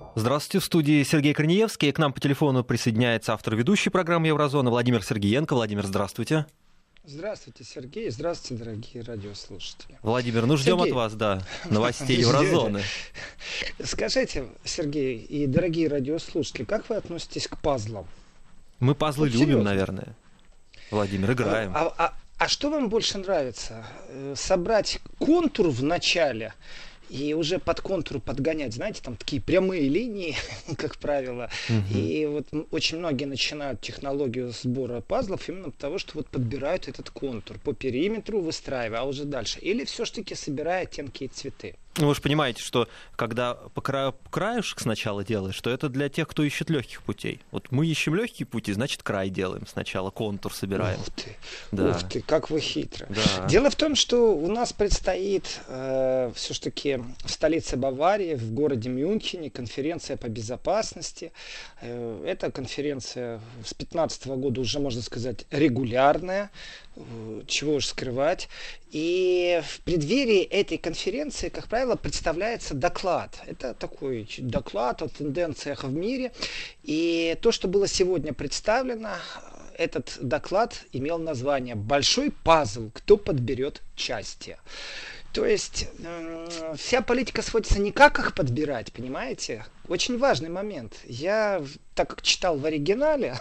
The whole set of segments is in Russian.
Здравствуйте, в студии Сергей Корнеевский. К нам по телефону присоединяется автор ведущей программы «Еврозона» Владимир Сергеенко. Владимир, здравствуйте. Здравствуйте, Сергей. Здравствуйте, дорогие радиослушатели. Владимир, ну ждем от вас, новостей Еврозоны. Скажите, Сергей и дорогие радиослушатели, как вы относитесь к пазлам? Мы пазлы любим, наверное. Владимир, играем. А что вам больше нравится? Собрать контур в начале и уже под контур подгонять, знаете, там такие прямые линии, как правило. И вот очень многие начинают технологию сбора пазлов именно потому, что вот подбирают этот контур по периметру, выстраивая, а уже дальше. Или все-таки собирая оттенки и цветы. Ну, вы же понимаете, что когда по краешек сначала делаешь, что это для тех, кто ищет легких путей. Вот мы ищем легкие пути, значит, край делаем сначала, контур собираем. Ух ты, как вы хитро. Да. Дело в том, что у нас предстоит все-таки в столице Баварии, в городе Мюнхене, конференция по безопасности. Эта конференция с 2015 года уже, можно сказать, регулярная. Чего уж скрывать. И в преддверии этой конференции, как правило, представляется доклад. Это такой доклад о тенденциях в мире. И то, что было сегодня представлено, этот доклад имел название «Большой пазл. Кто подберет части?». То есть вся политика сводится не как их подбирать, понимаете? Очень важный момент. Я, так как читал в оригинале,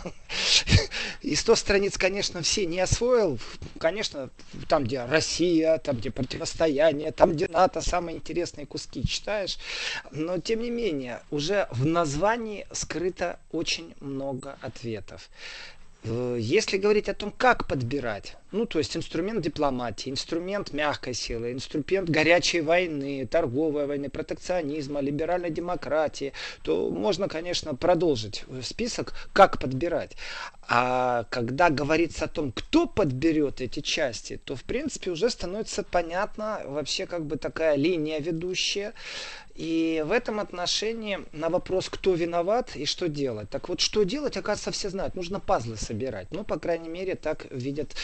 и 100 страниц, конечно, все не освоил. Конечно, там, где Россия, там, где противостояние, там, где НАТО, самые интересные куски читаешь. Но, тем не менее, уже в названии скрыто очень много ответов. Если говорить о том, как подбирать, то есть инструмент дипломатии, инструмент мягкой силы, инструмент горячей войны, торговой войны, протекционизма, либеральной демократии, то можно, конечно, продолжить список, как подбирать. А когда говорится о том, кто подберет эти части, то, в принципе, уже становится понятна вообще как бы такая линия ведущая. И в этом отношении на вопрос, кто виноват и что делать. Так вот, что делать, оказывается, все знают. Нужно пазлы собирать. По крайней мере, так видят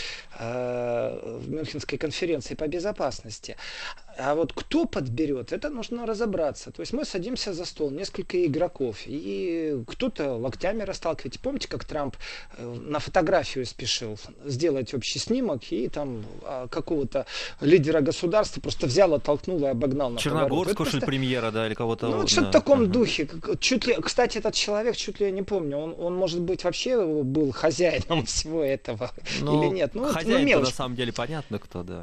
в Мюнхенской конференции по безопасности. А вот кто подберет, это нужно разобраться. То есть мы садимся за стол, несколько игроков, и кто-то локтями расталкивает. Помните, как Трамп на фотографию спешил сделать общий снимок, и там какого-то лидера государства просто взял, оттолкнул и обогнал на Черногорского, что ли, премьера, да, или кого-то? Что-то в таком духе. Чуть ли, кстати, этот человек, чуть ли я не помню, он может быть, вообще был хозяином всего этого или нет. Хозяин на самом деле понятно кто, да.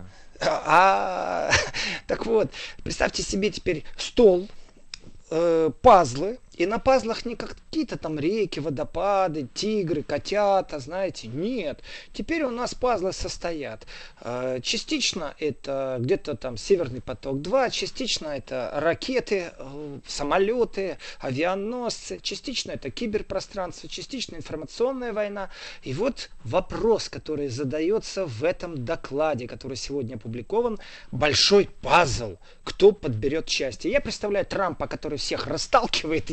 Так вот, представьте себе теперь стол, пазлы, и на пазлах не какие-то там реки, водопады, тигры, котята, знаете, нет. Теперь у нас пазлы состоят. Частично это где-то там Северный поток-2, частично это ракеты, самолеты, авианосцы, частично это киберпространство, частично информационная война. И вот вопрос, который задается в этом докладе, который сегодня опубликован, большой пазл. Кто подберет части? Я представляю Трампа, который всех расталкивает.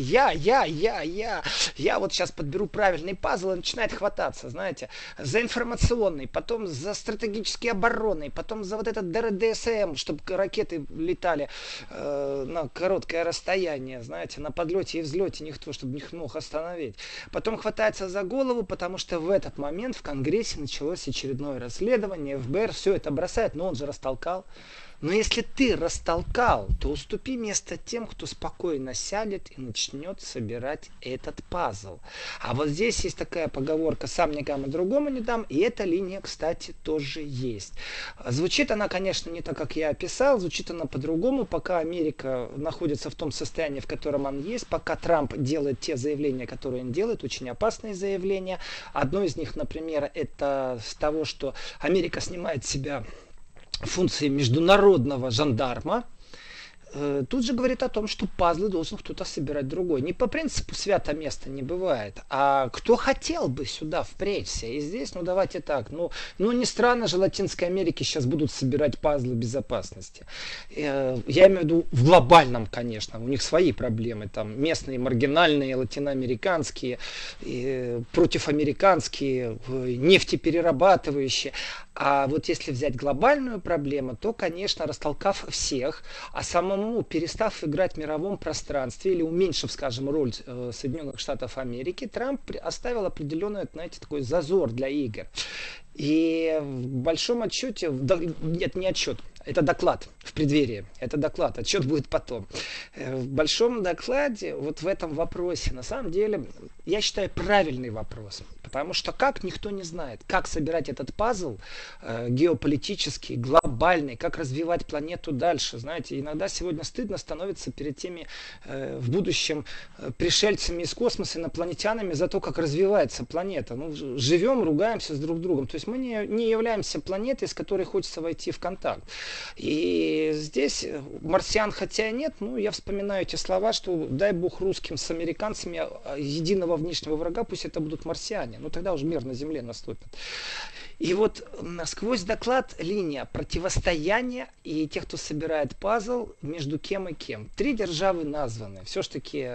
Я вот сейчас подберу правильный пазл и начинает хвататься, знаете, за информационный, потом за стратегический оборонный, потом за вот этот ДРДСМ, чтобы ракеты летали на короткое расстояние, знаете, на подлете и взлете никто, чтобы не мог остановить. Потом хватается за голову, потому что в этот момент в Конгрессе началось очередное расследование, ФБР все это бросает, но он же растолкал. Но если ты растолкал, то уступи место тем, кто спокойно сядет и начнет собирать этот пазл. А вот здесь есть такая поговорка «сам никому другому не дам», и эта линия, кстати, тоже есть. Звучит она, конечно, не так, как я описал, звучит она по-другому, пока Америка находится в том состоянии, в котором она есть, пока Трамп делает те заявления, которые он делает, очень опасные заявления. Одно из них, например, это с того, что Америка снимает с себя функции международного жандарма, тут же говорит о том, что пазлы должен кто-то собирать другой. Не по принципу свято место не бывает, а кто хотел бы сюда впрячься. И здесь, давайте так, не страны же Латинской Америки сейчас будут собирать пазлы безопасности. Я имею в виду в глобальном, конечно, у них свои проблемы, там местные, маргинальные, латиноамериканские, противоамериканские, нефтеперерабатывающие. А вот если взять глобальную проблему, то, конечно, растолкав всех, а самому самому перестав играть в мировом пространстве или уменьшив, скажем, роль Соединенных Штатов Америки, Трамп оставил определенный, знаете, такой зазор для игр. И в большом отчете, нет, не отчет, это доклад в преддверии, это доклад, отчет будет потом. В большом докладе вот в этом вопросе, на самом деле, я считаю, правильный вопрос. Потому что как, никто не знает. Как собирать этот пазл геополитический, глобальный, как развивать планету дальше. Знаете, иногда сегодня стыдно становится перед теми в будущем пришельцами из космоса, инопланетянами за то, как развивается планета. Ну, живем, ругаемся с друг другом. То есть мы не являемся планетой, с которой хочется войти в контакт. И здесь марсиан хотя и нет, ну, я вспоминаю эти слова, что дай бог русским с американцами единого внешнего врага, пусть это будут марсиане. Ну, тогда уже мир на Земле наступит. И вот сквозь доклад линия противостояния и тех, кто собирает пазл, между кем и кем. 3 державы названы. Все-таки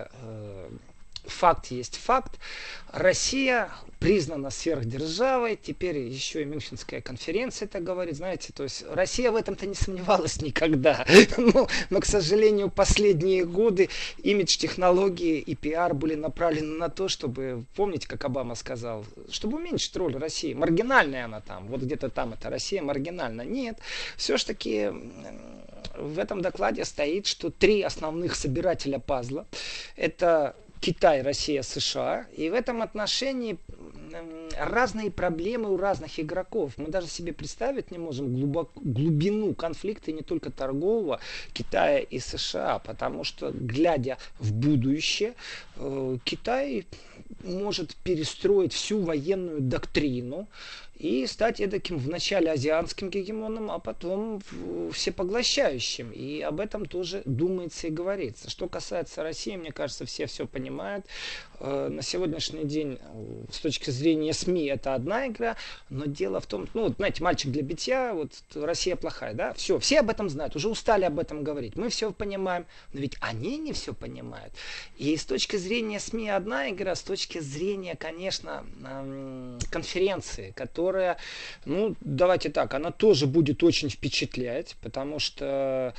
факт есть факт. Россия признана сверхдержавой, теперь еще и Мюнхенская конференция это говорит, знаете, то есть Россия в этом-то не сомневалась никогда, но, к сожалению, последние годы имидж, технологии и пиар были направлены на то, чтобы, помните, как Обама сказал, чтобы уменьшить роль России, маргинальная она там, вот где-то там это Россия маргинальна, нет, все-таки в этом докладе стоит, что 3 основных собирателя пазла, это Китай, Россия, США. И в этом отношении разные проблемы у разных игроков. Мы даже себе представить не можем глубину конфликта не только торгового Китая и США. Потому что, глядя в будущее, Китай может перестроить всю военную доктрину и стать эдаким вначале азиатским гегемоном, а потом всепоглощающим. И об этом тоже думается и говорится. Что касается России, мне кажется, все понимают. На сегодняшний день, с точки зрения СМИ, это одна игра, но дело в том, ну, знаете, мальчик для битья, вот Россия плохая, да, все об этом знают, уже устали об этом говорить. Мы все понимаем, но ведь они не все понимают. И с точки зрения СМИ одна игра, с точки зрения, конечно, конференции, которая, ну, давайте так, она тоже будет очень впечатлять, потому что,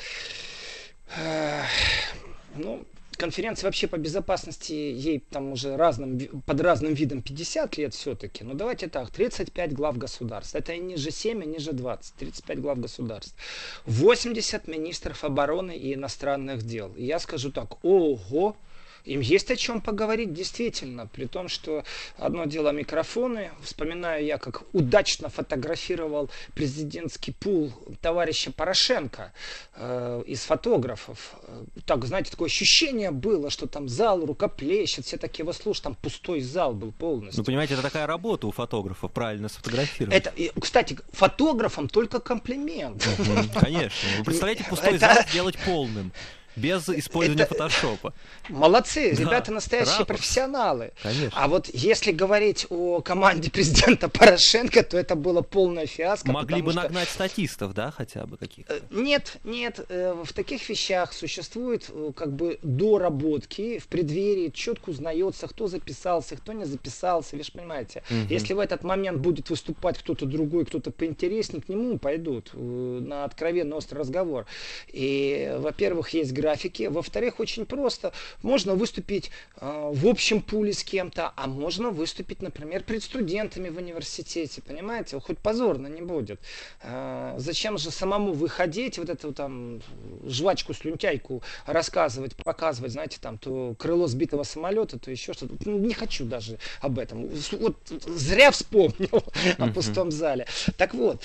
ну, конференция вообще по безопасности, ей там уже под разным видом 50 лет все-таки. Но давайте так, 35 глав государств. Это и ниже 7, и ниже 20. 35 глав государств. 80 министров обороны и иностранных дел. И я скажу так, ого! Им есть о чем поговорить, действительно, при том, что одно дело микрофоны. Вспоминаю я, как удачно фотографировал президентский пул товарища Порошенко из фотографов. Так, знаете, такое ощущение было, что там зал рукоплещет, все так его слушают, там пустой зал был полностью. Ну, понимаете, это такая работа у фотографов, правильно сфотографировать. Это, кстати, фотографам только комплимент. Конечно. Вы представляете, пустой зал делать полным. Без использования фотошопа. Молодцы, ребята настоящие профессионалы. Конечно. А вот если говорить о команде президента Порошенко, то это было полное фиаско. Могли бы нагнать статистов, да, хотя бы каких-то? Нет, в таких вещах существуют как бы доработки в преддверии, четко узнается, кто записался, кто не записался, вы же понимаете. Если в этот момент будет выступать кто-то другой, кто-то поинтереснее, к нему пойдут на откровенный острый разговор. И, во-первых, есть графики. Во-вторых, очень просто. Можно выступить в общем пуле с кем-то, а можно выступить, например, перед студентами в университете. Понимаете? Хоть позорно не будет. Зачем же самому выходить, вот эту там жвачку, слюнтяйку рассказывать, показывать, знаете, там, то крыло сбитого самолета, то еще что-то. Не хочу даже об этом. Вот зря вспомнил о пустом зале. Так вот,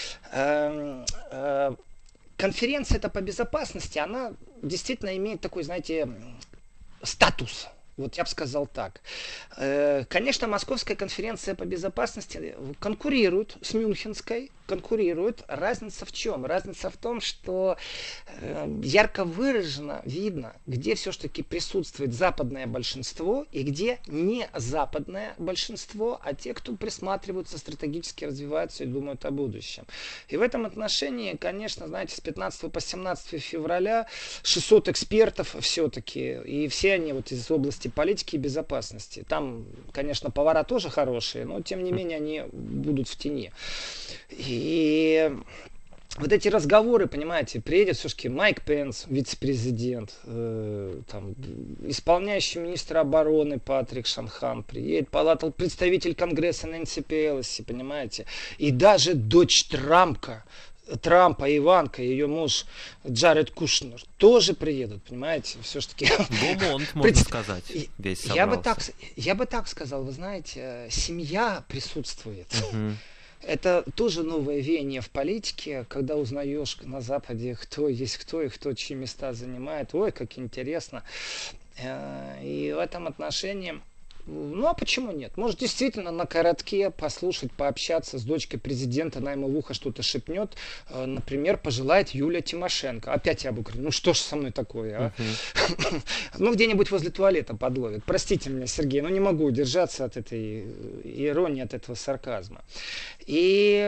конференция-то по безопасности, она действительно имеет такой, знаете, статус. Вот я бы сказал так. Конечно, Московская конференция по безопасности конкурирует с Мюнхенской. Конкурирует. Разница в чем? Разница в том, что ярко выраженно видно, где все-таки присутствует западное большинство и где не западное большинство, а те, кто присматриваются, стратегически развиваются и думают о будущем. И в этом отношении, конечно, знаете, с 15 по 17 февраля 600 экспертов все-таки, и все они вот из области политики и безопасности. Там, конечно, повара тоже хорошие, но тем не менее они будут в тени. И вот эти разговоры, понимаете, приедет все-таки Майк Пенс, вице-президент, там, исполняющий министр обороны Патрик Шанхан, приедет, представитель Конгресса Нэнси Пелоси, понимаете, и даже дочь Трампа, Иванка, ее муж Джаред Кушнер тоже приедут, понимаете, все-таки. Бомонд, можно сказать, весь собрался. Я бы так сказал, вы знаете, семья присутствует. Это тоже новое веяние в политике, когда узнаешь на Западе, кто есть кто и кто чьи места занимает. Ой, как интересно. И в этом отношении, ну а почему нет? Может действительно на коротке послушать, пообщаться с дочкой президента, она ему в ухо что-то шепнет, например, пожелает Юлия Тимошенко. Опять я бы говорю, ну что ж со мной такое, а? Ну где-нибудь возле туалета подловит. Простите меня, Сергей, но не могу удержаться от этой иронии, от этого сарказма. И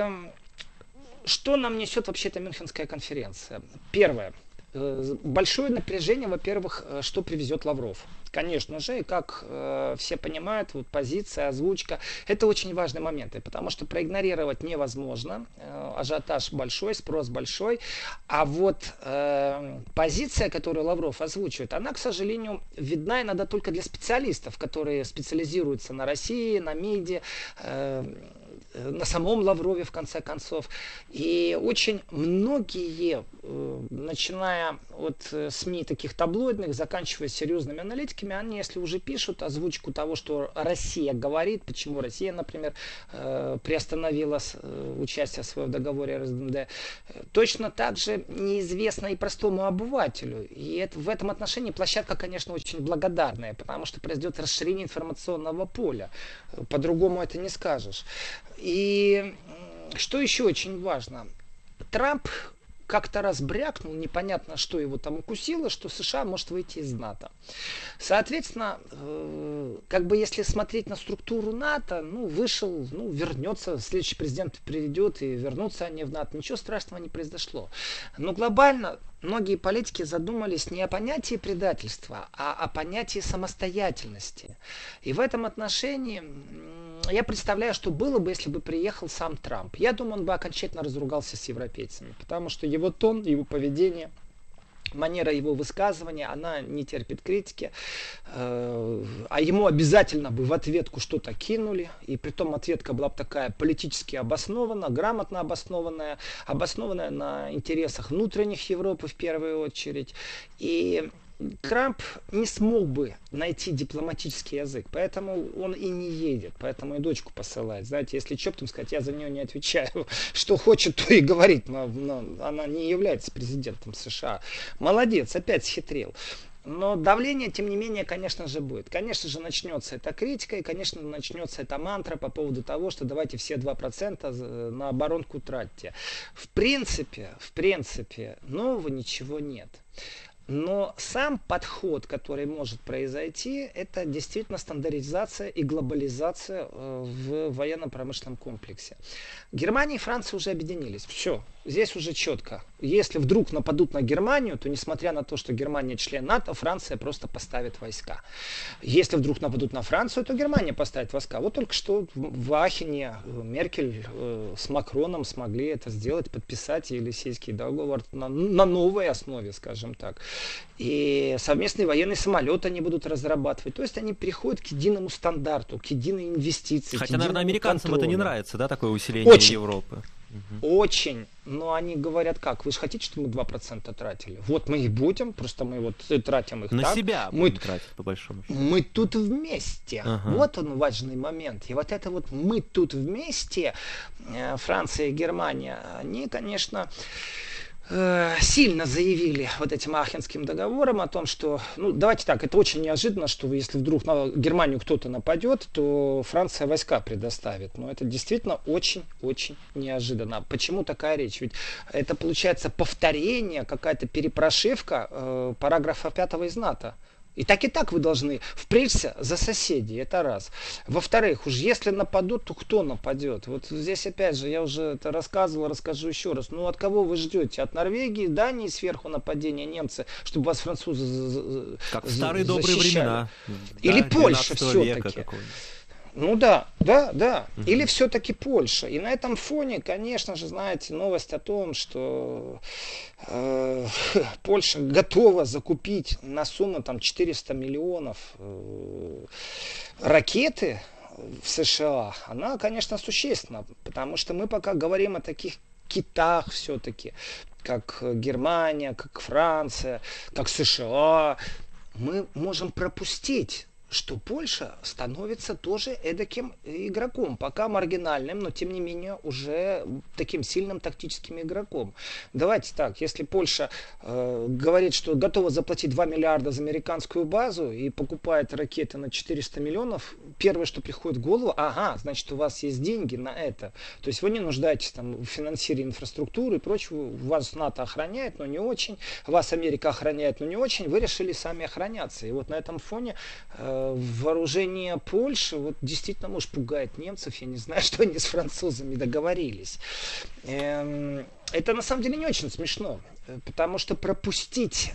что нам несет вообще эта Мюнхенская конференция? Первое. Большое напряжение, во-первых, что привезет Лавров. Конечно же, и как все понимают, вот позиция, озвучка, это очень важные моменты, потому что проигнорировать невозможно. Ажиотаж большой, спрос большой. А вот позиция, которую Лавров озвучивает, она, к сожалению, видна иногда только для специалистов, которые специализируются на России, на МИДе, на самом Лаврове, в конце концов. И очень многие, начиная от СМИ таких таблоидных, заканчивая серьезными аналитиками, они, если уже пишут озвучку того, что Россия говорит, почему Россия, например, приостановила участие свое в договоре РСДМД, точно так же неизвестно и простому обывателю. И в этом отношении площадка, конечно, очень благодарная, потому что произойдет расширение информационного поля. По-другому это не скажешь. И что еще очень важно, Трамп как-то раз брякнул, непонятно, что его там укусило, что США может выйти из НАТО. Соответственно, как бы если смотреть на структуру НАТО, вышел, вернется, следующий президент придет и вернутся они в НАТО, ничего страшного не произошло. Но глобально многие политики задумались не о понятии предательства, а о понятии самостоятельности. И в этом отношении я представляю, что было бы, если бы приехал сам Трамп. Я думаю, он бы окончательно разругался с европейцами, потому что его тон, его поведение, манера его высказывания, она не терпит критики, а ему обязательно бы в ответку что-то кинули, и притом ответка была бы такая политически обоснована, грамотно обоснованная, обоснованная на интересах внутренних Европы в первую очередь, и Трамп не смог бы найти дипломатический язык, поэтому он и не едет, поэтому и дочку посылает. Знаете, если чоптом сказать, я за нее не отвечаю, что хочет, то и говорит, но она не является президентом США. Молодец, опять схитрил. Но давление, тем не менее, конечно же, будет. Конечно же, начнется эта критика, и, конечно, начнется эта мантра по поводу того, что давайте все 2% на оборонку тратьте. В принципе, нового ничего нет. Но сам подход, который может произойти, это действительно стандартизация и глобализация в военно-промышленном комплексе. Германия и Франция уже объединились. Все, здесь уже четко. Если вдруг нападут на Германию, то несмотря на то, что Германия член НАТО, Франция просто поставит войска. Если вдруг нападут на Францию, то Германия поставит войска. Вот только что в Аахене Меркель с Макроном смогли это сделать, подписать Елисейский договор на новой основе, скажем так. И совместные военные самолеты они будут разрабатывать. То есть они переходят к единому стандарту, к единой инвестиции. Хотя, наверное, американцам контролю. Это не нравится, да, такое усиление Европы? Очень. Но они говорят как? Вы же хотите, чтобы мы 2% тратили? Вот мы и будем, просто мы вот тратим их на так. себя будем тратить, по большому счету. Мы тут вместе. Вот он важный момент. И вот это вот мы тут вместе, Франция и Германия, они, конечно, сильно заявили вот этим Аахенским договором о том, что, давайте так, это очень неожиданно, что если вдруг на Германию кто-то нападет, то Франция войска предоставит. Но это действительно очень-очень неожиданно. Почему такая речь? Ведь это получается повторение, какая-то перепрошивка параграфа 5 из НАТО. И так вы должны впрячься за соседей, это раз. Во-вторых, уж если нападут, то кто нападет? Вот здесь опять же, я уже это рассказывал, расскажу еще раз. От кого вы ждете? От Норвегии, Дании сверху нападения, немцы, чтобы вас французы как в старые добрые времена. Или Польша все-таки. Ну да, да, да. Или все-таки Польша. И на этом фоне, конечно же, знаете, новость о том, что Польша готова закупить на сумму там 400 миллионов ракеты в США, она, конечно, существенна, потому что мы пока говорим о таких китах все-таки, как Германия, как Франция, как США, мы можем пропустить, что Польша становится тоже эдаким игроком, пока маргинальным, но тем не менее уже таким сильным тактическим игроком. Давайте так, если Польша говорит, что готова заплатить 2 миллиарда за американскую базу и покупает ракеты на 400 миллионов, первое, что приходит в голову, ага, значит, у вас есть деньги на это. То есть вы не нуждаетесь там, в финансировании инфраструктуры и прочего, вас НАТО охраняет, но не очень, вас Америка охраняет, но не очень, вы решили сами охраняться. И вот на этом фоне вооружение Польши вот действительно, может, пугает немцев. Я не знаю, что они с французами договорились. Это на самом деле не очень смешно, потому что пропустить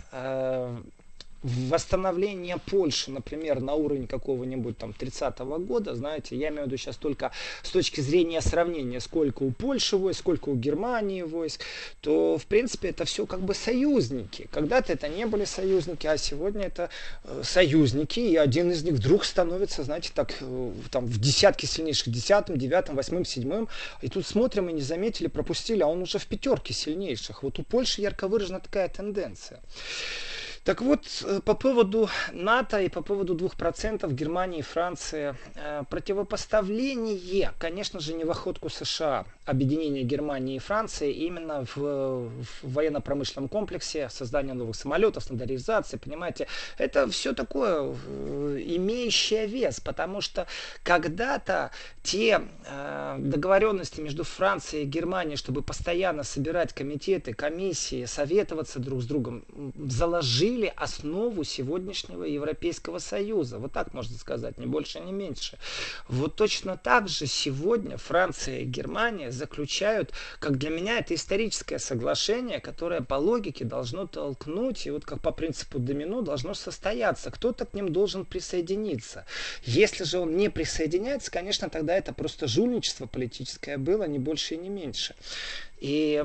восстановление Польши, например, на уровень какого-нибудь там 30-го года, знаете, я имею в виду сейчас только с точки зрения сравнения, сколько у Польши войск, сколько у Германии войск, то, в принципе, это все как бы союзники. Когда-то это не были союзники, а сегодня это союзники, и один из них вдруг становится, знаете, так, там, в десятке сильнейших, 10-м, 9-м, 8-м, 7-м, и тут смотрим и не заметили, пропустили, а он уже в пятерке сильнейших. Вот у Польши ярко выражена такая тенденция. Так вот, по поводу НАТО и по поводу 2% Германии и Франции, противопоставление, конечно же, не в охотку США, объединение Германии и Франции именно в военно-промышленном комплексе, создание новых самолетов, стандартизация, понимаете, это все такое имеющее вес, потому что когда-то те договоренности между Францией и Германией, чтобы постоянно собирать комитеты, комиссии, советоваться друг с другом, заложили основу сегодняшнего Европейского Союза. Вот так можно сказать, ни больше, ни меньше. Вот точно так же сегодня Франция и Германия заключают, как для меня, это историческое соглашение, которое по логике должно толкнуть, и вот как по принципу домино должно состояться. Кто-то к ним должен присоединиться. Если же он не присоединяется, конечно, тогда это просто жульничество политическое было, ни больше и не меньше. И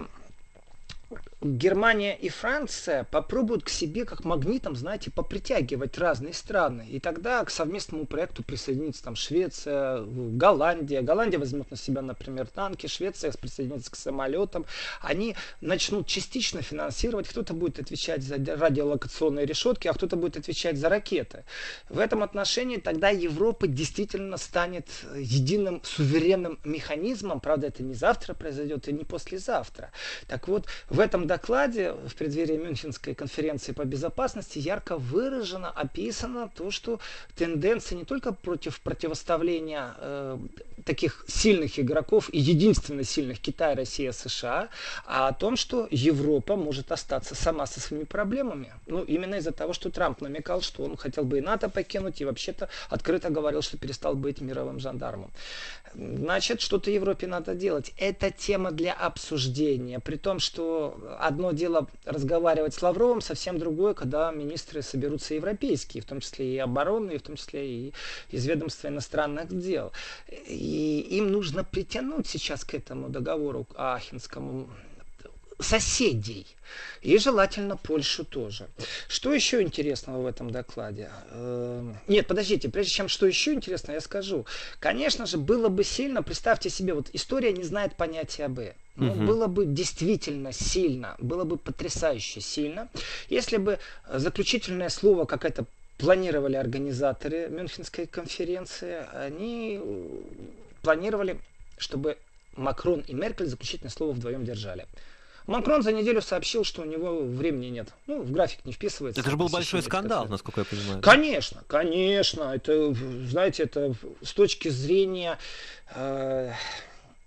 Германия и Франция попробуют к себе как магнитом, знаете, попритягивать разные страны. И тогда к совместному проекту присоединится там Швеция, Голландия. Голландия возьмет на себя, например, танки, Швеция присоединится к самолетам. Они начнут частично финансировать. Кто-то будет отвечать за радиолокационные решетки, а кто-то будет отвечать за ракеты. В этом отношении тогда Европа действительно станет единым суверенным механизмом. Правда, это не завтра произойдет и не послезавтра. Так вот, в этом докладе в преддверии Мюнхенской конференции по безопасности ярко выражено, описано то, что тенденция не только против противоставления таких сильных игроков и единственно сильных Китая, Россия, США, а о том, что Европа может остаться сама со своими проблемами. Ну, именно из-за того, что Трамп намекал, что он хотел бы и НАТО покинуть, и вообще-то открыто говорил, что перестал быть мировым жандармом. Значит, что-то Европе надо делать. Это тема для обсуждения. При том, что одно дело разговаривать с Лавровым, совсем другое, когда министры соберутся европейские, в том числе и оборонные, в том числе и из ведомства иностранных дел. И им нужно притянуть сейчас к этому договору Аахенскому соседей. И желательно Польшу тоже. Что еще интересного в этом докладе? Нет, подождите, прежде чем что еще интересного, я скажу. Конечно же, было бы сильно, представьте себе, вот история не знает понятия «Б». Ну, было бы действительно сильно, было бы потрясающе сильно, если бы заключительное слово, как это планировали организаторы Мюнхенской конференции, они планировали, чтобы Макрон и Меркель заключительное слово вдвоем держали. Макрон за неделю сообщил, что у него времени нет. Ну, в график не вписывается. Это же был большой скандал, насколько я понимаю. Конечно, конечно. Это, знаете, это с точки зрения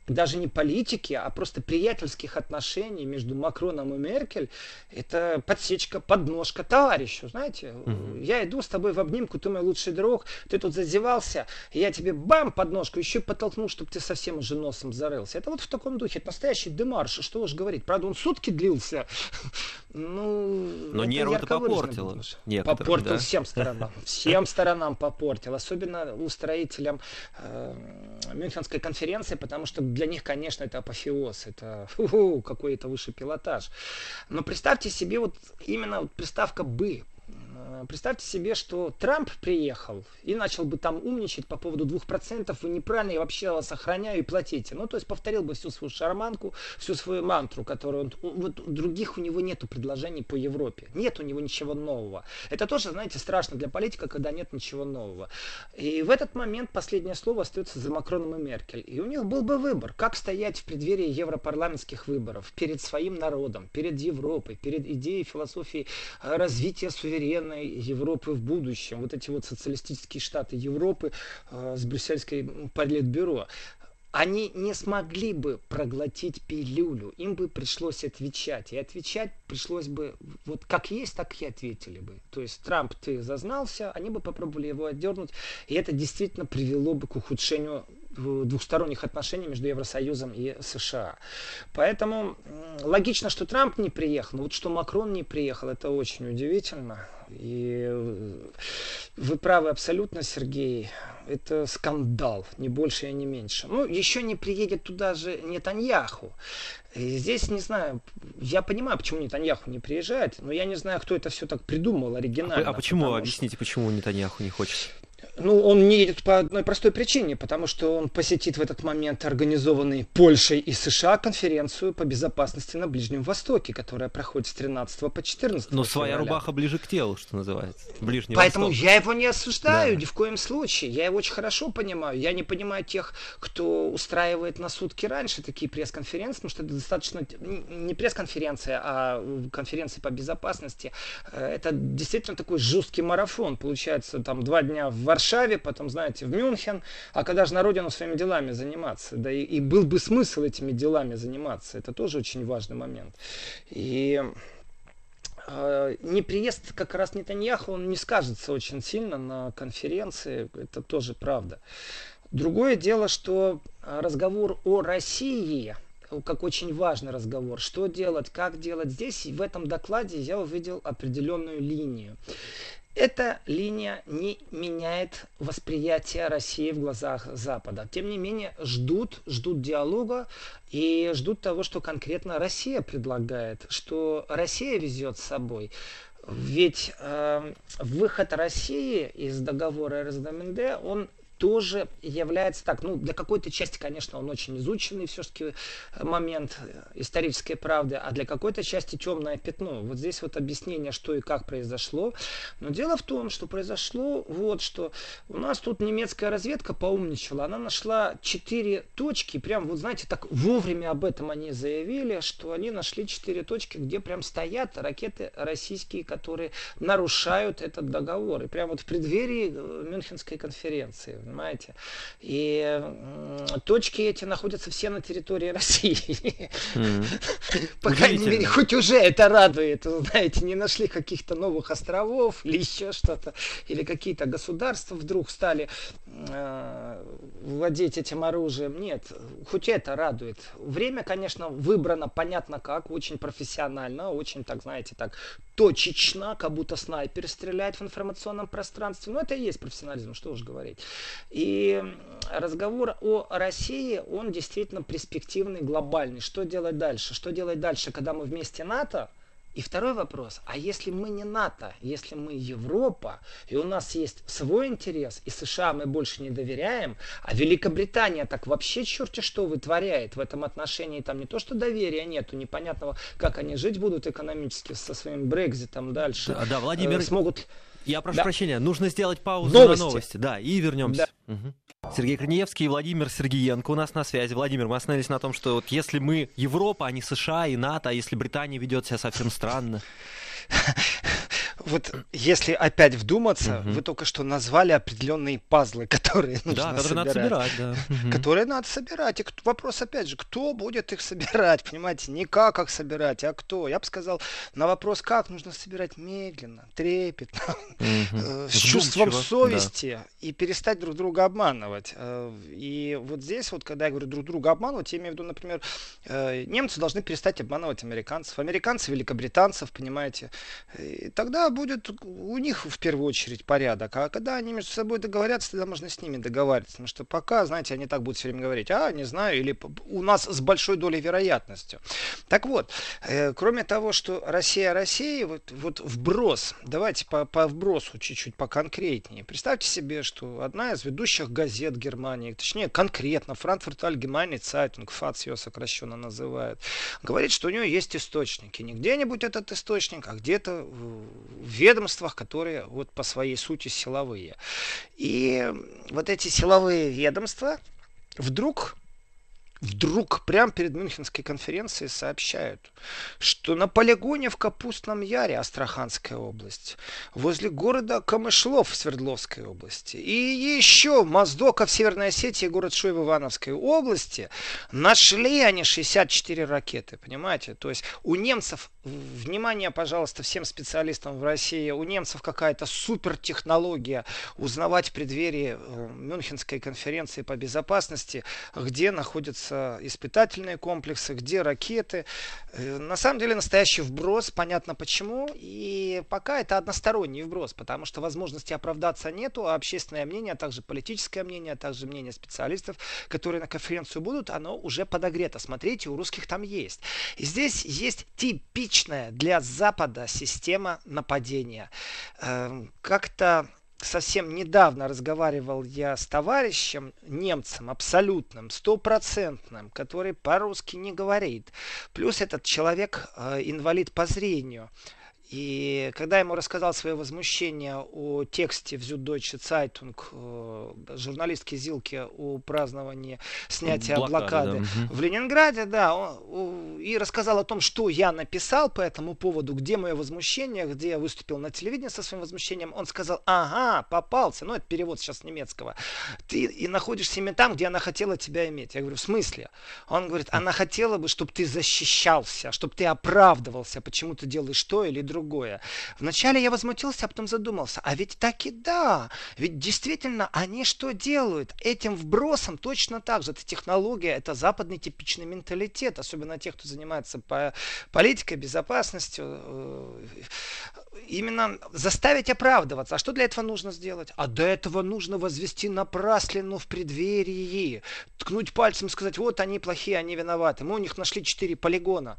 даже не политики, а просто приятельских отношений между Макроном и Меркель, это подсечка, подножка товарищу, знаете. Я иду с тобой в обнимку, ты мой лучший друг, ты тут зазевался, я тебе бам, подножку, еще и подтолкнул, чтобы ты совсем уже носом зарылся. Это вот в таком духе, это настоящий демарш, что уж говорить. Правда, он сутки длился. Но нервы-то попортило. Попортил, да? Всем сторонам попортил. Особенно устроителям Мюнхенской конференции, потому что для них, конечно, это апофеоз, это какой-то высший пилотаж. Но представьте себе вот именно приставка «бы». Представьте себе, что Трамп приехал и начал бы там умничать по поводу 2%, вы неправильно, я вообще вас охраняю и платите. Ну, то есть повторил бы всю свою шарманку, всю свою мантру, которую вот других у него нету предложений по Европе. Нет у него ничего нового. Это тоже, знаете, страшно для политика, когда нет ничего нового. И в этот момент последнее слово остается за Макроном и Меркель. И у них был бы выбор, как стоять в преддверии европарламентских выборов перед своим народом, перед Европой, перед идеей, философией развития суверенной Европы в будущем. Вот эти вот социалистические штаты Европы с брюссельской политбюро. Они не смогли бы проглотить пилюлю. Им бы пришлось отвечать. И отвечать пришлось бы вот как есть, так и ответили бы. То есть Трамп, ты зазнался, они бы попробовали его отдернуть. И это действительно привело бы к ухудшению двухсторонних отношений между Евросоюзом и США. Поэтому логично, что Трамп не приехал, но вот что Макрон не приехал, это очень удивительно. И вы правы абсолютно, Сергей. Это скандал, не больше и не меньше. Ну, еще не приедет туда же Нетаньяху. И здесь, не знаю, я понимаю, почему Нетаньяху не приезжает, но я не знаю, кто это все так придумал оригинально. А почему? Объясните, почему Нетаньяху не хочет? Ну, он не едет по одной простой причине, потому что он посетит в этот момент организованный Польшей и США конференцию по безопасности на Ближнем Востоке, которая проходит с 13 по 14 Но своя рубаха ближе к телу, что называется. Ближний Поэтому Восток. я его не осуждаю ни в коем случае. Я его очень хорошо понимаю. Я не понимаю тех, кто устраивает на сутки раньше такие пресс-конференции, потому что это достаточно не пресс-конференция, а конференция по безопасности. Это действительно такой жесткий марафон. Получается, там 2 дня в Варшаве, потом, знаете, в Мюнхен, а когда же на родину своими делами заниматься? Да и был бы смысл этими делами заниматься. Это тоже очень важный момент. И неприезд как раз Нетаньяху, он не скажется очень сильно на конференции, это тоже правда. Другое дело, что разговор о России, как очень важный разговор, что делать, как делать, здесь в этом докладе я увидел определенную линию. Эта линия не меняет восприятие России в глазах Запада. Тем не менее, ждут диалога и ждут того, что конкретно Россия предлагает, что Россия везет с собой. Ведь выход России из договора РСДМНД, он тоже является так, ну, для какой-то части, конечно, он очень изученный все-таки момент исторической правды, а для какой-то части темное пятно. Вот здесь вот объяснение, что и как произошло. Но дело в том, что произошло вот что. У нас тут немецкая разведка поумничала, она нашла 4 точки, прям, вот знаете, так вовремя об этом они заявили, что они нашли 4 точки, где прям стоят ракеты российские, которые нарушают этот договор. И прям вот в преддверии Мюнхенской конференции. Понимаете? И точки эти находятся все на территории России. По крайней мере, хоть уже это радует. Знаете, не нашли каких-то новых островов или еще что-то. Или какие-то государства вдруг стали владеть этим оружием. Нет, хоть это радует. Время, конечно, выбрано понятно как, очень профессионально, очень, так знаете, так точечно, как будто снайпер стреляет в информационном пространстве. Но это и есть профессионализм, что уж говорить. И разговор о России, он действительно перспективный, глобальный. Что делать дальше? Что делать дальше, когда мы вместе НАТО? И второй вопрос, а если мы не НАТО, если мы Европа, и у нас есть свой интерес, и США мы больше не доверяем, а Великобритания так вообще черти что вытворяет в этом отношении, там не то что доверия нету, непонятного, как они жить будут экономически со своим Брекситом дальше. Да, Владимир, смогут... Я прошу прощения, нужно сделать паузу на новости. Да, и вернемся. Да. Угу. Сергей Корнеевский и Владимир Сергиенко у нас на связи. Владимир, мы остановились на том, что вот если мы Европа, а не США и НАТО, а если Британия ведет себя совсем странно? Вот если опять вдуматься, Мгм. вы только что назвали определенные пазлы, которые Да, нужно которые надо собирать. собирать, да. Мгм. Которые надо собирать. И вопрос опять же, кто будет их собирать, понимаете? Не как их собирать, а кто. Я бы сказал, на вопрос как нужно собирать медленно, трепетно, Мгм. с чувством Вдумчиво, да. совести и перестать друг друга обманывать. И вот здесь вот, когда я говорю друг друга обманывать, я имею в виду, например, немцы должны перестать обманывать американцев, американцы великобританцев, понимаете? И тогда будет у них в первую очередь порядок. А когда они между собой договорятся, тогда можно с ними договариваться. Потому что пока, знаете, они так будут все время говорить, не знаю, или у нас с большой долей вероятностью. Так вот, кроме того, что Россия Россия, вот вброс, давайте по вбросу чуть-чуть поконкретнее. Представьте себе, что одна из ведущих газет Германии, точнее конкретно Frankfurt Allgemeine Zeitung, ФАЦ ее сокращенно называют, говорит, что у нее есть источники. Не где-нибудь этот источник, а где-то в ведомствах, которые вот по своей сути силовые. И вот эти силовые ведомства вдруг прямо перед Мюнхенской конференцией сообщают, что на полигоне в Капустном Яре, Астраханская область, возле города Камышлов в Свердловской области и еще Моздока в Северной Осетии и город Шуй в Ивановской области нашли они 64 ракеты, понимаете? То есть у немцев, внимание, пожалуйста, всем специалистам в России, у немцев какая-то супертехнология узнавать в преддверии Мюнхенской конференции по безопасности, где находятся испытательные комплексы, где ракеты. На самом деле настоящий вброс, понятно почему, и пока это односторонний вброс, потому что возможности оправдаться нету, а общественное мнение, а также политическое мнение, а также мнение специалистов, которые на конференцию будут, оно уже подогрето. Смотрите, у русских там есть. И здесь есть типичная для Запада система нападения. Как-то совсем недавно разговаривал я с товарищем, немцем, абсолютным, стопроцентным, который по-русски не говорит. Плюс этот человек инвалид по зрению. И когда я ему рассказал свое возмущение о тексте в Süddeutsche Zeitung журналистки Зилки о праздновании снятия Блокада, да. блокады Мгм. в Ленинграде, да, и рассказал о том, что я написал по этому поводу, где мое возмущение, где я выступил на телевидении со своим возмущением, он сказал, ага, попался, ну это перевод сейчас с немецкого, ты и находишься именно там, где она хотела тебя иметь. Я говорю, в смысле? Он говорит, она хотела бы, чтобы ты защищался, чтобы ты оправдывался, почему ты делаешь то или другое. Вначале я возмутился, а потом задумался. А ведь так и да. Ведь действительно они что делают? Этим вбросом точно так же. Это технология, это западный типичный менталитет. Особенно тех, кто занимается политикой, безопасностью. Именно заставить оправдываться. А что для этого нужно сделать? А для этого нужно возвести напраслину в преддверии. Ткнуть пальцем и сказать, вот они плохие, они виноваты. Мы у них нашли 4 полигона.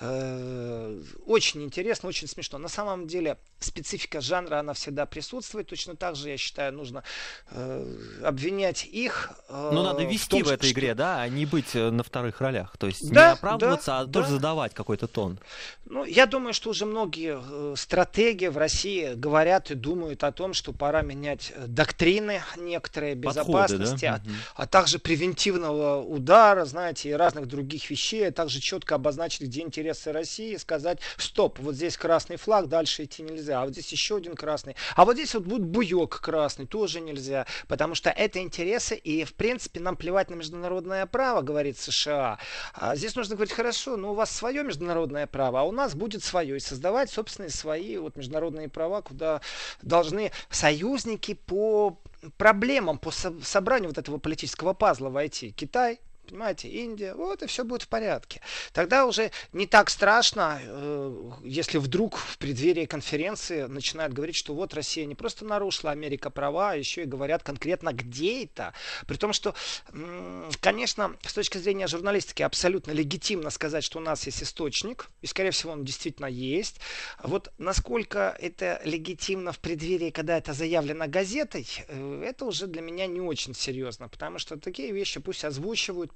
Очень интересно, очень смешно. На самом деле специфика жанра, она всегда присутствует. Точно так же, я считаю, нужно обвинять их Ну, надо в вести том, в этой что... игре, да, а не быть на вторых ролях. То есть не Да, оправдываться, а да, тоже да. задавать какой-то тон. Ну, я думаю, что уже многие стратеги в России говорят и думают о том, что пора менять доктрины некоторые Подходы, да? безопасности, Мгм. а также превентивного удара, знаете, и разных других вещей, а также четко обозначить, где интересы России, сказать, стоп, вот здесь красный флаг, дальше идти нельзя, а вот здесь еще один красный, а вот здесь вот будет буек красный, тоже нельзя, потому что это интересы, и в принципе нам плевать на международное право, говорит США. А здесь нужно говорить, хорошо, но у вас свое международное право, а у нас будет свое, и создавать собственные свои вот международные права, куда должны союзники по проблемам, по собранию вот этого политического пазла войти. Китай, понимаете, Индия, вот и все будет в порядке. Тогда уже не так страшно, если вдруг в преддверии конференции начинают говорить, что вот Россия не просто нарушила Америка права, а еще и говорят конкретно, где это. При том, что, конечно, с точки зрения журналистики абсолютно легитимно сказать, что у нас есть источник, и, скорее всего, он действительно есть. Вот насколько это легитимно в преддверии, когда это заявлено газетой, это уже для меня не очень серьезно, потому что такие вещи пусть озвучивают,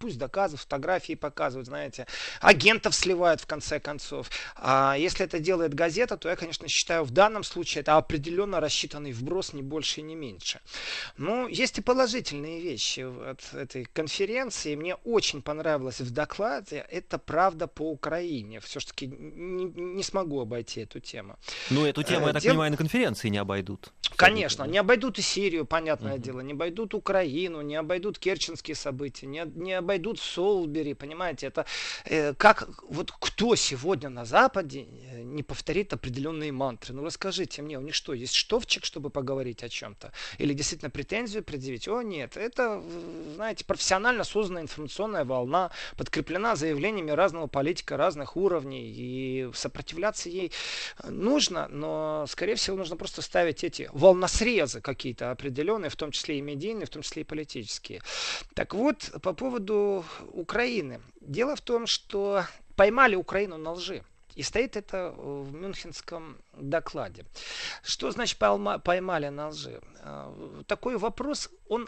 пусть доказывают, фотографии показывают, знаете, агентов сливают в конце концов. А если это делает газета, то я, конечно, считаю, в данном случае это определенно рассчитанный вброс, не больше и не меньше. Но есть и положительные вещи от этой конференции. Мне очень понравилось в докладе, это правда по Украине. Все-таки не смогу обойти эту тему. Ну, эту тему, я так понимаю, на конференции не обойдут. Конечно, не обойдут и Сирию, понятное дело, не обойдут Украину, не обойдут керченские события, не обойдут Солсбери, понимаете, это как, вот кто сегодня на Западе не повторит определенные мантры? Ну, расскажите мне, у них что, есть штовчик, чтобы поговорить о чем-то? Или действительно претензию предъявить? О, нет, это, знаете, профессионально созданная информационная волна, подкреплена заявлениями разного политика, разных уровней, и сопротивляться ей нужно, но, скорее всего, нужно просто ставить эти волносрезы какие-то определенные, в том числе и медийные, в том числе и политические. Так вот, по поводу Украины. Дело в том, что поймали Украину на лжи. И стоит это в Мюнхенском докладе. Что значит поймали на лжи? Такой вопрос, он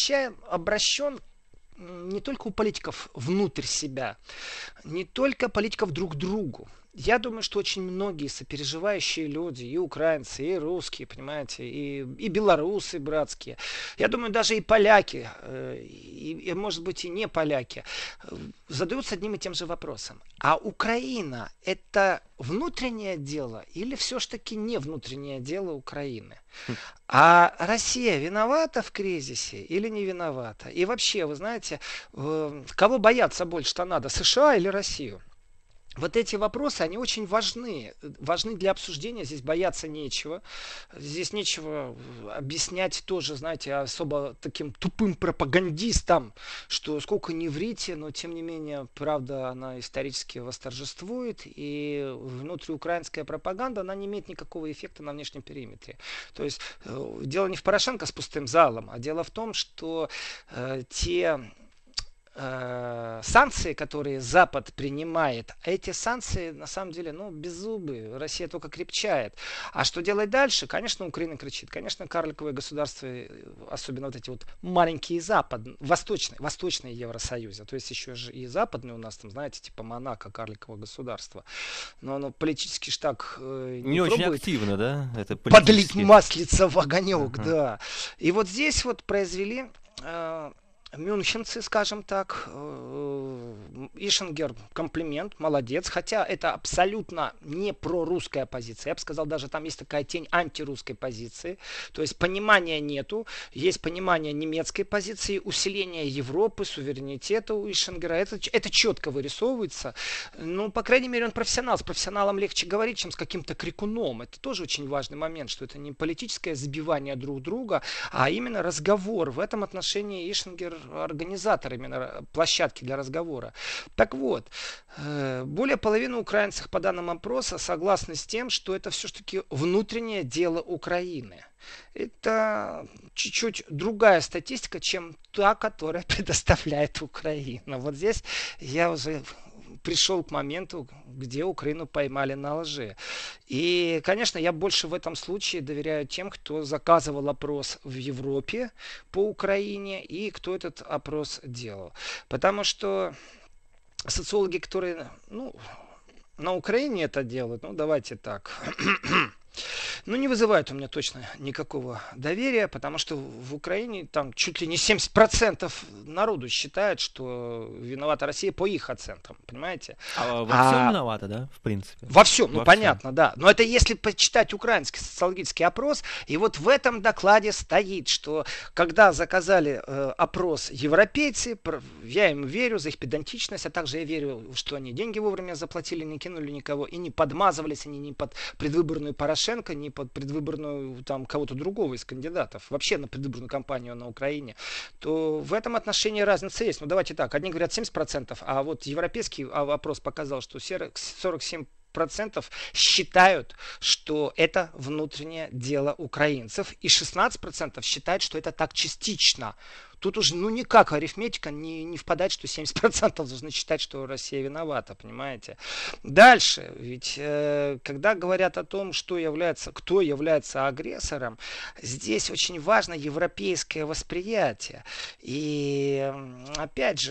обращен не только у политиков внутрь себя, не только политиков друг к другу. Я думаю, что очень многие сопереживающие люди, и украинцы, и русские, понимаете, и белорусы братские, я думаю, даже и поляки, и может быть и не поляки, задаются одним и тем же вопросом. А Украина – это внутреннее дело или все-таки не внутреннее дело Украины? А Россия виновата в кризисе или не виновата? И вообще, вы знаете, кого бояться больше-то надо, США или Россию? Вот эти вопросы, они очень важны. Важны для обсуждения. Здесь бояться нечего. Здесь нечего объяснять тоже, знаете, особо таким тупым пропагандистам, что сколько ни врите, но тем не менее, правда, она исторически восторжествует. И внутриукраинская пропаганда, она не имеет никакого эффекта на внешнем периметре. То есть, дело не в Порошенко с пустым залом, а дело в том, что те санкции, которые Запад принимает, эти санкции на самом деле, беззубые. Россия только крепчает. А что делать дальше? Конечно, Украина кричит. Конечно, карликовые государства, особенно вот эти вот маленькие восточные Евросоюза, то есть еще же и западные у нас там, знаете, типа Монако, карликовое государство. Но оно политически ж так не очень активно, да? Это подлить маслица в огонек, да. И вот здесь вот произвели мюнхенцы, скажем так, Ишингер комплимент, молодец, хотя это абсолютно не прорусская позиция, я бы сказал, даже там есть такая тень антирусской позиции, то есть понимания нету, есть понимание немецкой позиции, усиление Европы, суверенитета у Ишингера, это четко вырисовывается, по крайней мере, он профессионал, с профессионалом легче говорить, чем с каким-то крикуном, это тоже очень важный момент, что это не политическое забивание друг друга, а именно разговор, в этом отношении Ишингер организатор именно площадки для разговора. Так вот, более половины украинцев по данным опроса согласны с тем, что это все-таки внутреннее дело Украины. Это чуть-чуть другая статистика, чем та, которая предоставляет Украина. Вот здесь я уже пришел к моменту, где Украину поймали на лжи. И, конечно, я больше в этом случае доверяю тем, кто заказывал опрос в Европе по Украине и кто этот опрос делал. Потому что социологи, которые на Украине это делают, давайте так... не вызывает у меня точно никакого доверия, потому что в Украине там чуть ли не 70% народу считает, что виновата Россия по их оценкам, понимаете? А во всем виновата, да, в принципе? Во всем, понятно, да. Но это если почитать украинский социологический опрос, и вот в этом докладе стоит, что когда заказали опрос европейцы, я им верю за их педантичность, а также я верю, что они деньги вовремя заплатили, не кинули никого, и не подмазывались они ни под предвыборную Порошенко, ни под предвыборную там кого-то другого из кандидатов, вообще на предвыборную кампанию на Украине, то в этом отношении разница есть. Давайте так, одни говорят 70%, а вот европейский опрос показал, что 47% считают, что это внутреннее дело украинцев, и 16% считают, что это так частично. Тут уже никак арифметика не впадает, что 70% должны считать, что Россия виновата, понимаете. Дальше, ведь когда говорят о том, кто является агрессором, здесь очень важно европейское восприятие. И опять же,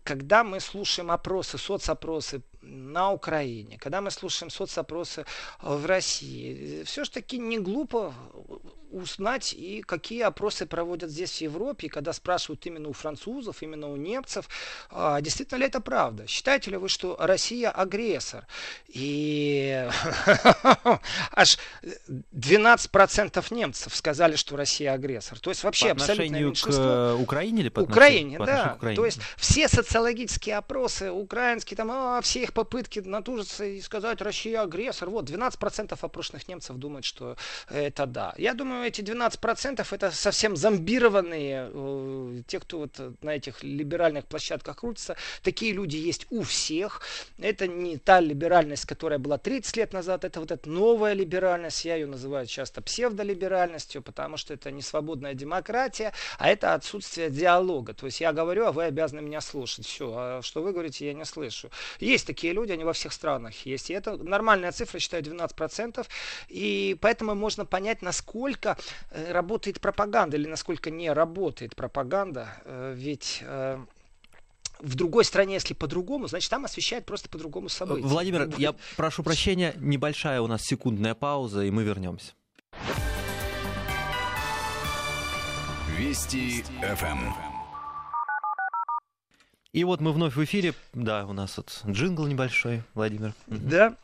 когда мы слушаем опросы, соцопросы на Украине, когда мы слушаем соцопросы в России, все-таки не глупо узнать, и какие опросы проводят здесь в Европе, и когда спрашивают именно у французов, именно у немцев, действительно ли это правда? Считаете ли вы, что Россия агрессор? И аж 12% немцев сказали, что Россия агрессор. То есть вообще абсолютное меньшинство. По отношению к Украине или по Украине, по да. к Украине? То есть все социологические опросы украинские, там, все их попытки натужиться и сказать, Россия агрессор. Вот, 12% опрошенных немцев думают, что это да. Я думаю, эти 12% это совсем зомбированные, те, кто вот на этих либеральных площадках крутится. Такие люди есть у всех. Это не та либеральность, которая была 30 лет назад, это вот эта новая либеральность. Я ее называю часто псевдолиберальностью, потому что это не свободная демократия, а это отсутствие диалога. То есть я говорю, а вы обязаны меня слушать. Все, а что вы говорите, я не слышу. Есть такие люди, они во всех странах есть. И это нормальная цифра, считаю, 12%. И поэтому можно понять, насколько работает пропаганда или насколько не работает пропаганда. Ведь в другой стране, если по-другому, значит, там освещают просто по-другому события. Владимир, я прошу прощения, небольшая у нас секундная пауза, и мы вернемся. Вести ФМ. И вот мы вновь в эфире. Да, у нас вот джингл небольшой, Владимир. Да.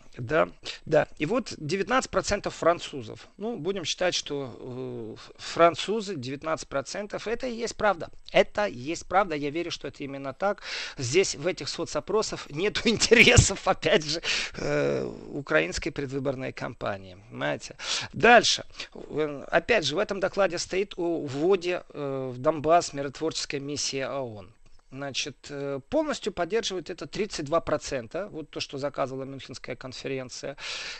И вот 19% французов. Ну, будем считать, что французы 19% это и есть правда. Это и есть правда. Я верю, что это именно так. Здесь в этих соцопросах нет интересов, опять же, украинской предвыборной кампании. Понимаете? Дальше. Опять же, в этом докладе стоит о вводе в Донбасс миротворческой миссии ООН. Значит, полностью поддерживает это 32%, вот то, что заказывала Мюнхенская конференция,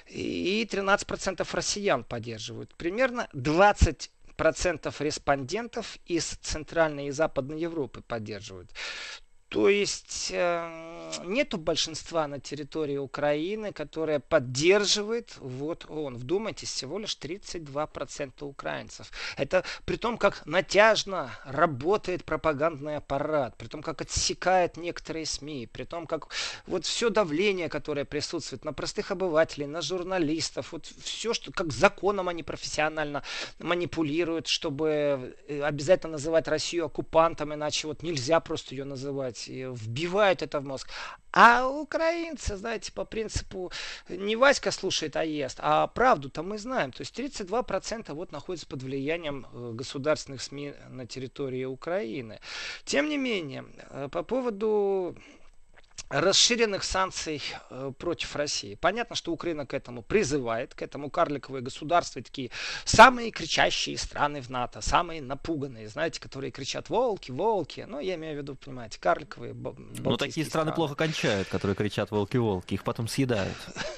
и 13% россиян поддерживают. Примерно 20% респондентов из Центральной и Западной Европы поддерживают. То есть нету большинства на территории Украины, которое поддерживает вот ООН. Вдумайтесь, всего лишь 32% украинцев. Это при том, как натяжно работает пропагандный аппарат, при том, как отсекает некоторые СМИ, при том, как вот все давление, которое присутствует на простых обывателей, на журналистов, вот все, что как законом они профессионально манипулируют, чтобы обязательно называть Россию оккупантом, иначе вот нельзя просто ее называть. И вбивают это в мозг. А украинцы, знаете, по принципу не Васька слушает, а ест. А правду-то мы знаем. То есть 32% вот находятся под влиянием государственных СМИ на территории Украины. Тем не менее, по поводу расширенных санкций против России. Понятно, что Украина к этому призывает, к этому карликовые государства, такие самые кричащие страны в НАТО, самые напуганные, знаете, которые кричат «волки, волки». Ну, я имею в виду, понимаете, карликовые Но такие страны плохо кончают, которые кричат «волки, волки», их потом съедают.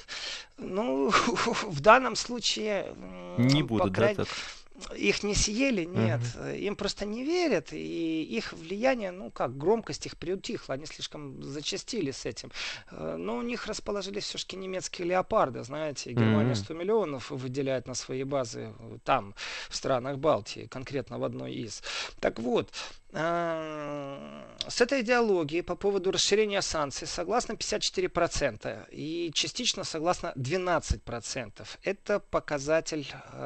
Ну, в данном случае... Не будут, да, так? Их не съели, нет. Им просто не верят, и их влияние, ну как, громкость их приутихла, они слишком зачастили с этим. Но у них расположились все-таки немецкие леопарды, знаете, Германия 100 миллионов выделяет на свои базы там, в странах Балтии, конкретно в одной из. Так вот, с этой идеологией по поводу расширения санкций согласно 54% и частично согласно 12%. Это показатель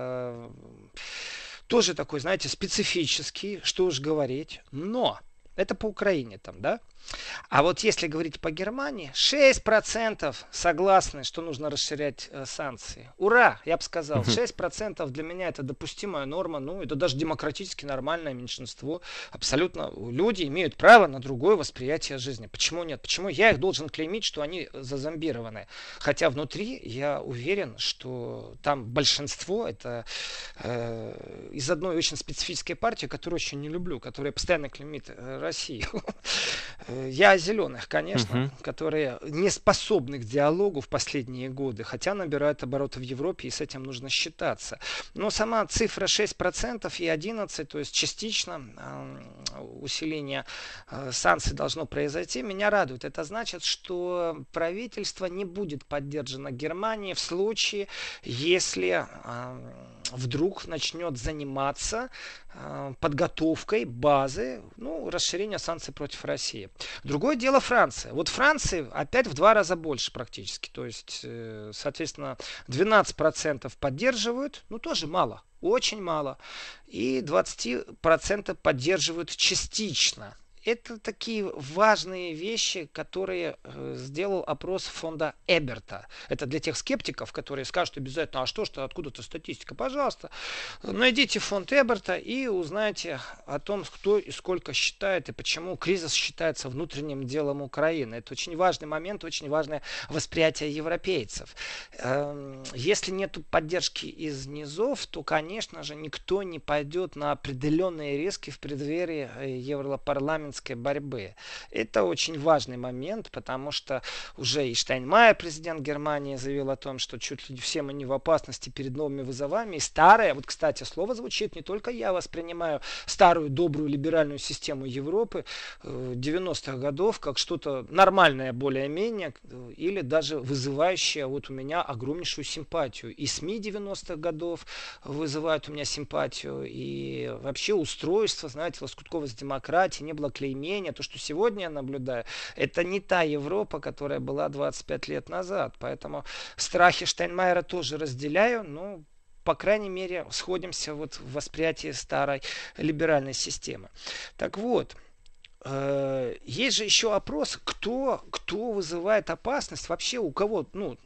тоже такой, знаете, специфический, что уж говорить, но это по Украине там, да? А вот если говорить по Германии, 6% согласны, что нужно расширять санкции. Ура, я бы сказал. 6% для меня это допустимая норма. Ну, это даже демократически нормальное меньшинство. Абсолютно люди имеют право на другое восприятие жизни. Почему нет? Почему я их должен клеймить, что они зазомбированы? Хотя внутри я уверен, что там большинство это из одной очень специфической партии, которую очень не люблю, которая постоянно клеймит Россию. Я о зеленых, конечно, которые не способны к диалогу в последние годы, хотя набирают обороты в Европе, и с этим нужно считаться. Но сама цифра 6% и 11%, то есть частично усиление санкций должно произойти, меня радует. Это значит, что правительство не будет поддержано Германией в случае, если вдруг начнет заниматься подготовкой базы, ну, расширения санкций против России. Другое дело Франция. Вот Франции опять в 2 раза больше практически. То есть, соответственно, 12% поддерживают, ну тоже мало, очень мало. И 20% поддерживают частично. Это такие важные вещи, которые сделал опрос фонда Эберта. Это для тех скептиков, которые скажут обязательно, а что, откуда-то статистика. Пожалуйста, найдите фонд Эберта и узнайте о том, кто и сколько считает, и почему кризис считается внутренним делом Украины. Это очень важный момент, очень важное восприятие европейцев. Если нет поддержки из низов, то, конечно же, никто не пойдет на определенные риски в преддверии Европарламента борьбы. Это очень важный момент, потому что уже и Штайнмайер, президент Германии, заявил о том, что чуть ли все мы не в опасности перед новыми вызовами. И старое, вот, кстати, слово звучит, не только я воспринимаю старую, добрую, либеральную систему Европы 90-х годов как что-то нормальное более-менее, или даже вызывающее вот у меня огромнейшую симпатию. И СМИ 90-х годов вызывают у меня симпатию, и вообще устройство, знаете, лоскутковость демократии, не было клеймения. То, что сегодня я наблюдаю, это не та Европа, которая была 25 лет назад. Поэтому страхи Штайнмайера тоже разделяю, но по крайней мере, сходимся вот в восприятии старой либеральной системы. Так вот, есть же еще опрос, кто вызывает опасность вообще, у кого,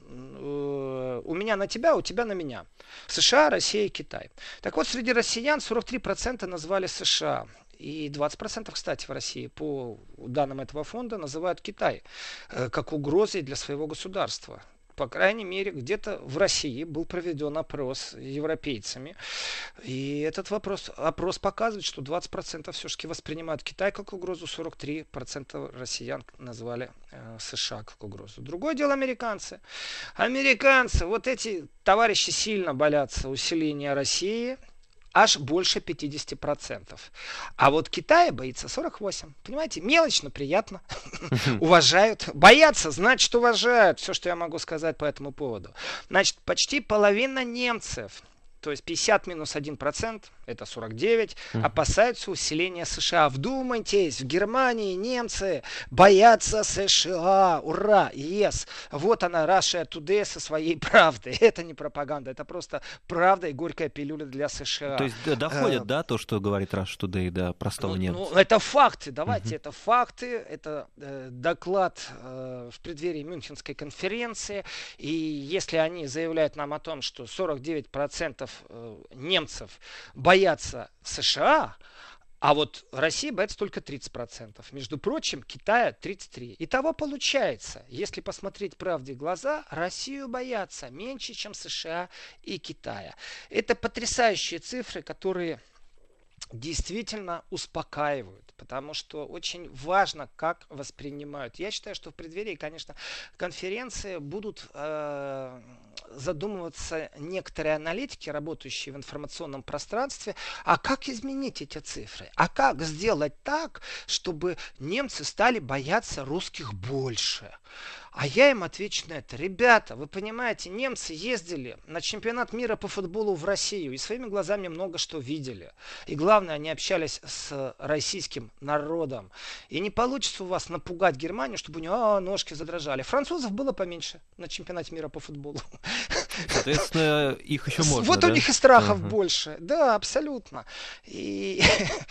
у меня на тебя, у тебя на меня. США, Россия и Китай. Так вот, среди россиян 43% назвали США. И 20%, кстати, в России, по данным этого фонда, называют Китай как угрозой для своего государства. По крайней мере, где-то в России был проведен опрос европейцами. И этот опрос показывает, что 20% все-таки воспринимают Китай как угрозу, 43% россиян назвали США как угрозу. Другое дело американцы. Американцы, вот эти товарищи сильно боятся усиления России. Аж больше 50%. А вот Китая боится 48%. Понимаете, мелочно, приятно. Уважают. Боятся, значит, уважают. Все, что я могу сказать по этому поводу. Значит, почти половина немцев, то есть 50 минус 1%, это 49, опасаются усиления США. Вдумайтесь, в Германии немцы боятся США. Ура! Yes! Вот она, Russia Today со своей правдой. Это не пропаганда, это просто правда и горькая пилюля для США. То есть доходит, да, то, что говорит Russia Today до простого немца? Ну, это факты, давайте, это факты, это доклад в преддверии Мюнхенской конференции. И если они заявляют нам о том, что 49% немцев боятся США, а вот Россия боится только 30%. Между прочим, Китая 33%. Итого получается, если посмотреть правде в глаза, Россию боятся меньше, чем США и Китая. Это потрясающие цифры, которые действительно успокаивают, потому что очень важно, как воспринимают. Я считаю, что в преддверии, конечно, конференции будут задумываться некоторые аналитики, работающие в информационном пространстве, а как изменить эти цифры? А как сделать так, чтобы немцы стали бояться русских больше? А я им отвечу на это. Ребята, вы понимаете, немцы ездили на чемпионат мира по футболу в Россию и своими глазами много что видели. И главное, они общались с российским народом. И не получится у вас напугать Германию, чтобы у нее ножки задрожали. Французов было поменьше на чемпионате мира по футболу. Соответственно, их еще можно. Вот, да? У них и страхов больше. Да, абсолютно. И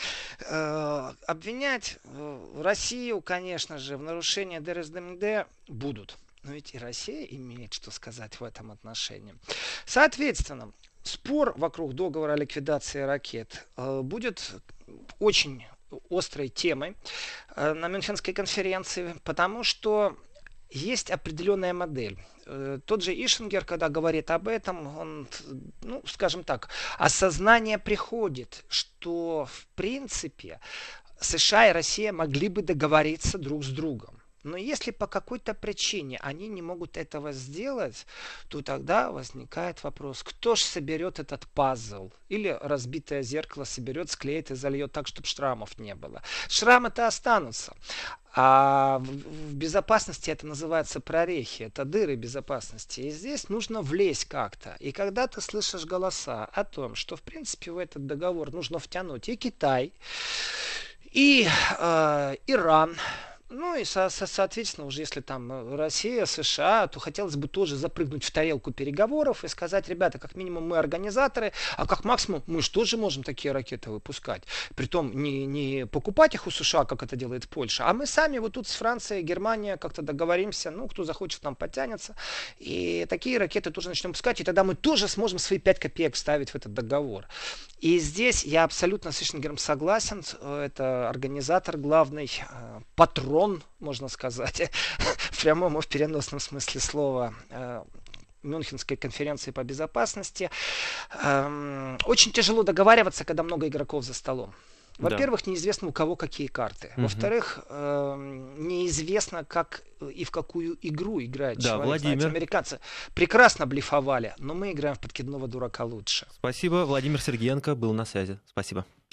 обвинять Россию, конечно же, в нарушении ДРСДМД будут. Но ведь и Россия имеет что сказать в этом отношении. Соответственно, спор вокруг договора о ликвидации ракет будет очень острой темой на Мюнхенской конференции, потому что есть определенная модель. Тот же Ишингер, когда говорит об этом, он, скажем так, осознание приходит, что в принципе США и Россия могли бы договориться друг с другом. Но если по какой-то причине они не могут этого сделать, то тогда возникает вопрос, кто же соберет этот пазл? Или разбитое зеркало соберет, склеит и зальет так, чтобы шрамов не было. Шрамы-то останутся. А в безопасности это называется прорехи, это дыры безопасности. И здесь нужно влезть как-то. И когда ты слышишь голоса о том, что в принципе в этот договор нужно втянуть и Китай, и Иран, Ну и, соответственно, уже если там Россия, США, то хотелось бы тоже запрыгнуть в тарелку переговоров и сказать, ребята, как минимум мы организаторы, а как максимум мы же тоже можем такие ракеты выпускать. Притом не покупать их у США, как это делает Польша, а мы сами вот тут с Францией, Германия как-то договоримся, ну, кто захочет, там подтянется. И такие ракеты тоже начнем пускать, и тогда мы тоже сможем свои 5 копеек вставить в этот договор. И здесь я абсолютно с Швейцингером согласен. Это организатор главный, патрон, можно сказать, в прямом и в переносном смысле слова, Мюнхенской конференции по безопасности. Очень тяжело договариваться, когда много игроков за столом. Во-первых, неизвестно, у кого какие карты. Во-вторых, неизвестно, как и в какую игру играет человек. Владимир. Знаете, американцы прекрасно блефовали, но мы играем в подкидного дурака лучше. Спасибо. Владимир Сергеенко был на связи. Спасибо.